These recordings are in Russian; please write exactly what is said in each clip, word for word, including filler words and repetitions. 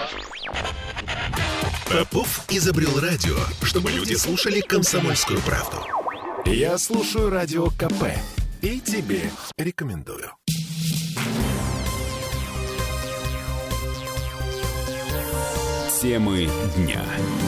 Попов изобрел радио, чтобы люди слушали «Комсомольскую правду». Я слушаю Радио КП и тебе рекомендую. Темы дня.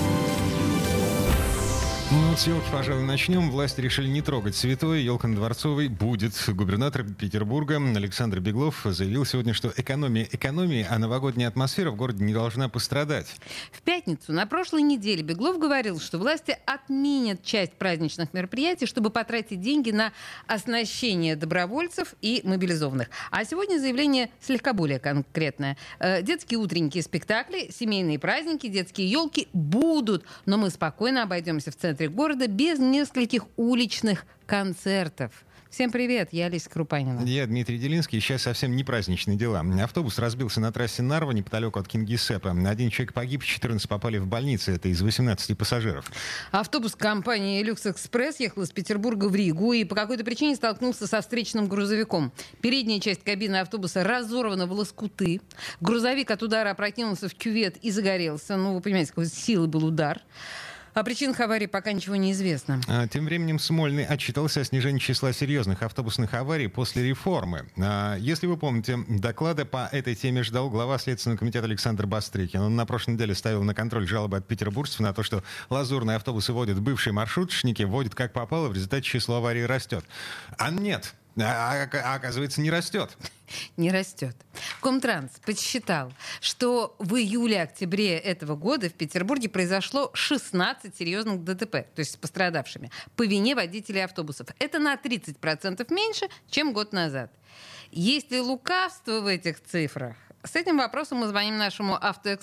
Ну, с елки, пожалуй, начнем. Власти решили не трогать святое. Елка на Дворцовой будет. Губернатор Петербурга Александр Беглов заявил сегодня, что экономия экономии, а новогодняя атмосфера в городе не должна пострадать. В пятницу на прошлой неделе Беглов говорил, что власти отменят часть праздничных мероприятий, чтобы потратить деньги на оснащение добровольцев и мобилизованных. А сегодня заявление слегка более конкретное. Детские утренние спектакли, семейные праздники, детские елки будут, но мы спокойно обойдемся в центре города без нескольких уличных концертов. Всем привет, я Олеся Крупанина. Я Дмитрий Делинский. Сейчас совсем не праздничные дела. Автобус разбился на трассе Нарва, неподалеку от Кингисеппа. Один человек погиб, четырнадцать попали в больницу. Это из восемнадцати пассажиров. Автобус компании «Люкс-экспресс» ехал из Петербурга в Ригу и по какой-то причине столкнулся со встречным грузовиком. Передняя часть кабины автобуса разорвана в лоскуты. Грузовик от удара опрокинулся в кювет и загорелся. Ну, вы понимаете, какой силы был удар. О причинах аварии пока ничего не известно. А, тем временем Смольный отчитался о снижении числа серьезных автобусных аварий после реформы. А, если вы помните, доклада по этой теме ждал глава Следственного комитета Александр Бастрыкин. Он на прошлой неделе ставил на контроль жалобы от петербуржцев на то, что лазурные автобусы водят бывшие маршруточники, водят как попало, в результате число аварий растет. А нет. А, а оказывается, не растет. Не растет. Комтранс подсчитал, что в июле-октябре этого года в Петербурге произошло шестнадцать серьезных ДТП, то есть с пострадавшими, по вине водителей автобусов. Это на тридцать процентов меньше, чем год назад. Есть ли лукавство в этих цифрах? С этим вопросом мы звоним нашему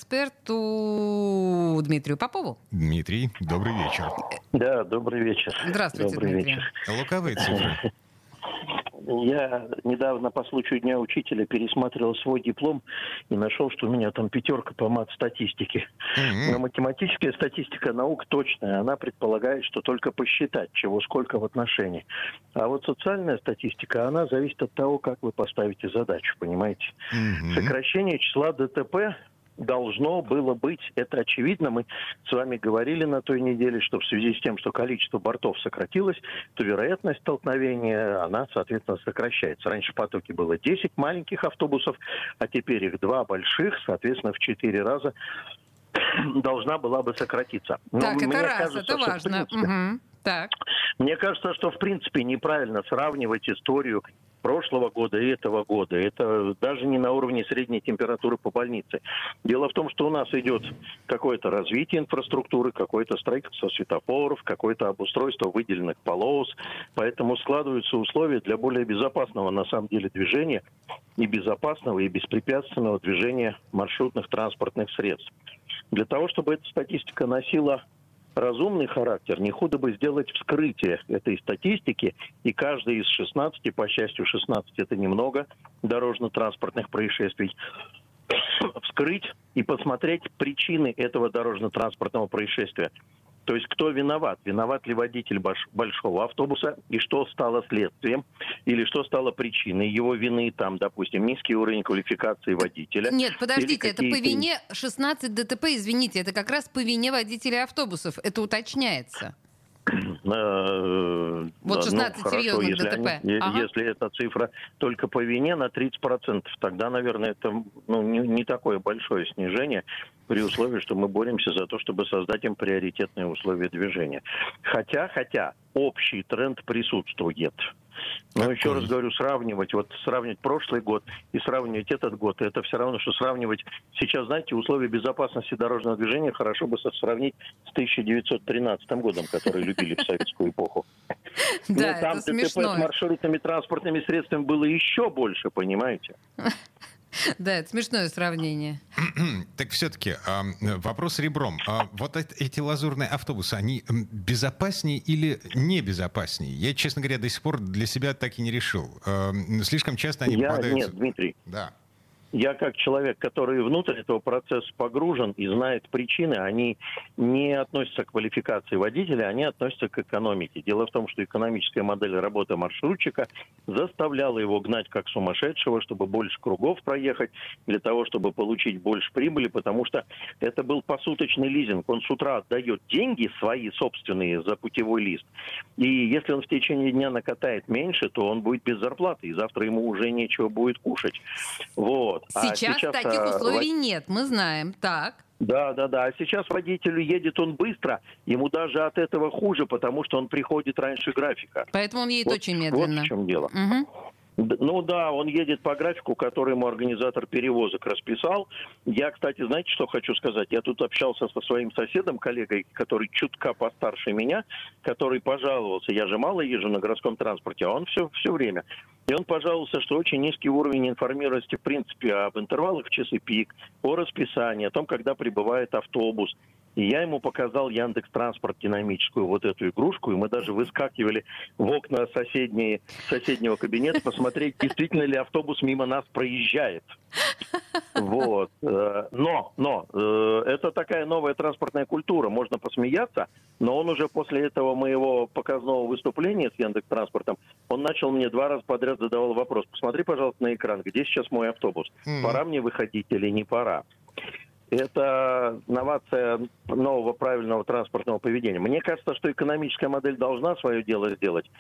автоэксперту Дмитрию Попову. Дмитрий, добрый вечер. Да, добрый вечер. Здравствуйте, добрый Дмитрий. Вечер. Луковые цифры. Я недавно по случаю Дня учителя пересматривал свой диплом и нашел, что у меня там пятерка по мат-статистике. Mm-hmm. Но математическая статистика наук точная. Она предполагает, что только посчитать, чего сколько в отношении. А вот социальная статистика, она зависит от того, как вы поставите задачу, понимаете? Mm-hmm. Сокращение числа ДТП должно было быть, это очевидно. Мы с вами говорили на той неделе, что в связи с тем, что количество бортов сократилось, то вероятность столкновения, она, соответственно, сокращается. Раньше в потоке было десять маленьких автобусов, а теперь их два больших, соответственно, в четыре раза должна была бы сократиться. Но так, это раз, кажется, это важно. Принципе, угу. Так. Мне кажется, что в принципе неправильно сравнивать историю прошлого года и этого года. Это даже не на уровне средней температуры по больнице. Дело в том, что у нас идет какое-то развитие инфраструктуры, какое-то строительство светофоров, какое-то обустройство выделенных полос. Поэтому складываются условия для более безопасного на самом деле движения и безопасного и беспрепятственного движения маршрутных транспортных средств. Для того, чтобы эта статистика носила разумный характер, не худо бы сделать вскрытие этой статистики, и каждый из шестнадцати, по счастью, шестнадцать это немного, дорожно-транспортных происшествий, вскрыть и посмотреть причины этого дорожно-транспортного происшествия. То есть кто виноват? Виноват ли водитель большого автобуса? И что стало следствием? Или что стало причиной его вины? Там, допустим, низкий уровень квалификации водителя. Нет, подождите, это по вине шестнадцать ДТП, извините, это как раз по вине водителей автобусов. Это уточняется. Вот шестнадцать ну, серьезных хорошо, ДТП. Они, ага. Если эта цифра только по вине на тридцать процентов, тогда, наверное, это ну, не, не такое большое снижение, при условии, что мы боремся за то, чтобы создать им приоритетные условия движения. Хотя, хотя, общий тренд присутствует. Но еще раз говорю, сравнивать, вот сравнивать прошлый год и сравнивать этот год, это все равно, что сравнивать сейчас, знаете, условия безопасности дорожного движения хорошо бы сравнить с тысяча девятьсот тринадцатым годом, который любили в советскую эпоху. Да, там ДТП с маршрутными транспортными средствами было еще больше, понимаете? Да, это смешное сравнение. Так все-таки вопрос ребром. Вот эти лазурные автобусы, они безопаснее или небезопаснее? Я, честно говоря, до сих пор для себя так и не решил. Слишком часто они Я, попадаются... Нет, Дмитрий. Да. я как человек, который внутрь этого процесса погружен и знает причины, они не относятся к квалификации водителя, они относятся к экономике. Дело в том, что экономическая модель работы маршрутчика заставляла его гнать как сумасшедшего, чтобы больше кругов проехать, для того, чтобы получить больше прибыли, потому что это был посуточный лизинг. Он с утра отдает деньги свои собственные за путевой лист, и если он в течение дня накатает меньше, то он будет без зарплаты, и завтра ему уже нечего будет кушать. Вот. Сейчас, а сейчас таких а, условий вод... нет, мы знаем. Так. Да, да, да. А сейчас водителю едет он быстро, ему даже от этого хуже, потому что он приходит раньше графика. Поэтому он едет вот, очень медленно. Вот в чем дело. Угу. Ну да, он едет по графику, который ему организатор перевозок расписал. Я, кстати, знаете, что хочу сказать? Я тут общался со своим соседом, коллегой, который чутка постарше меня, который пожаловался. Я же мало езжу на городском транспорте, а он все, все время. И он пожаловался, что очень низкий уровень информированности, в принципе, об интервалах в часы пик, о расписании, о том, когда прибывает автобус. И я ему показал Яндекс.Транспорт динамическую вот эту игрушку, и мы даже выскакивали в окна соседние, соседнего кабинета посмотреть, действительно ли автобус мимо нас проезжает. Вот. Но, но, это такая новая транспортная культура. Можно посмеяться, но он уже после этого моего показного выступления с Яндекс.Транспортом, он начал мне два раза подряд задавал вопрос. Посмотри, пожалуйста, на экран, где сейчас мой автобус? Пора мне выходить или не пора? Это новация нового правильного транспортного поведения. Мне кажется, что экономическая модель должна свое дело сделать,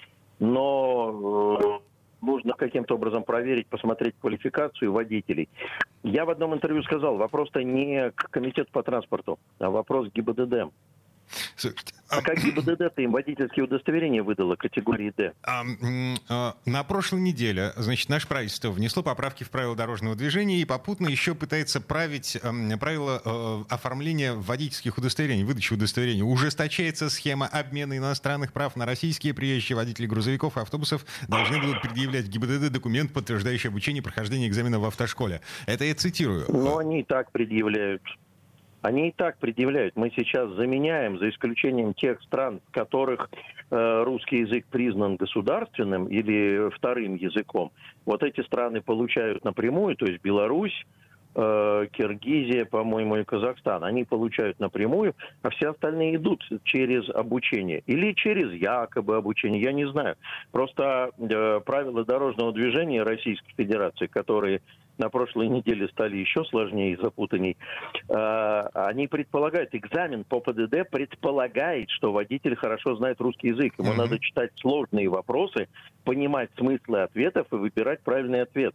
но э, нужно каким-то образом проверить, посмотреть квалификацию водителей. Я в одном интервью сказал, вопрос-то не к комитету по транспорту, а вопрос к ГИБДД. Слушайте, а, а как ГИБДД-то им водительские удостоверения выдало категории «Д»? А, а, на прошлой неделе, значит, наше правительство внесло поправки в правила дорожного движения и попутно еще пытается править а, правила а, оформления водительских удостоверений, выдачи удостоверений. Ужесточается схема обмена иностранных прав на российские приезжие водители грузовиков и автобусов должны будут предъявлять в ГИБДД документ, подтверждающий обучение и прохождение экзамена в автошколе. Это я цитирую. Но они и так предъявляют. Они и так предъявляют. Мы сейчас заменяем, за исключением тех стран, в которых э, русский язык признан государственным или вторым языком. Вот эти страны получают напрямую, то есть Беларусь, э, Киргизия, по-моему, и Казахстан. Они получают напрямую, а все остальные идут через обучение. Или через якобы обучение, я не знаю. Просто э, правила дорожного движения Российской Федерации, которые на прошлой неделе стали еще сложнее и запутанней, они предполагают, экзамен по ПДД предполагает, что водитель хорошо знает русский язык. Ему mm-hmm. надо читать сложные вопросы, понимать смыслы ответов и выбирать правильный ответ.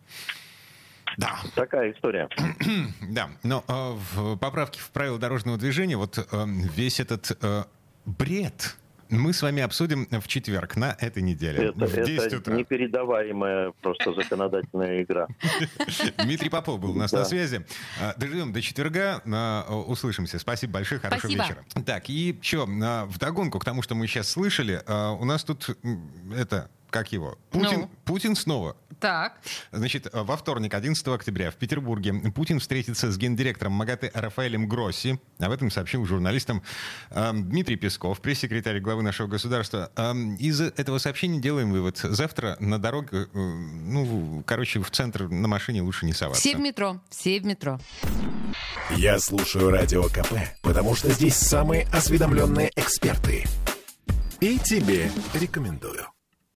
Да. Такая история. Да, но э, в поправке в правила дорожного движения вот э, весь этот э, бред мы с вами обсудим в четверг на этой неделе. Это, в десять утра. Это непередаваемая просто законодательная игра. Дмитрий Попов был у нас на связи. Доживем до четверга. Услышимся. Спасибо большое. Хорошего вечера. Так, и что, вдогонку к тому, что мы сейчас слышали, у нас тут это... Как его? Путин, ну. Путин снова. Так. Значит, во вторник, одиннадцатого октября, в Петербурге Путин встретится с гендиректором МАГАТЭ Рафаэлем Гросси. Об этом сообщил журналистам э, Дмитрий Песков, пресс-секретарь главы нашего государства. Э, из этого сообщения делаем вывод. Завтра на дороге, э, ну, короче, в центр на машине лучше не соваться. Все в метро. Все в метро. Я слушаю Радио КП, потому что здесь самые осведомленные эксперты. И тебе рекомендую.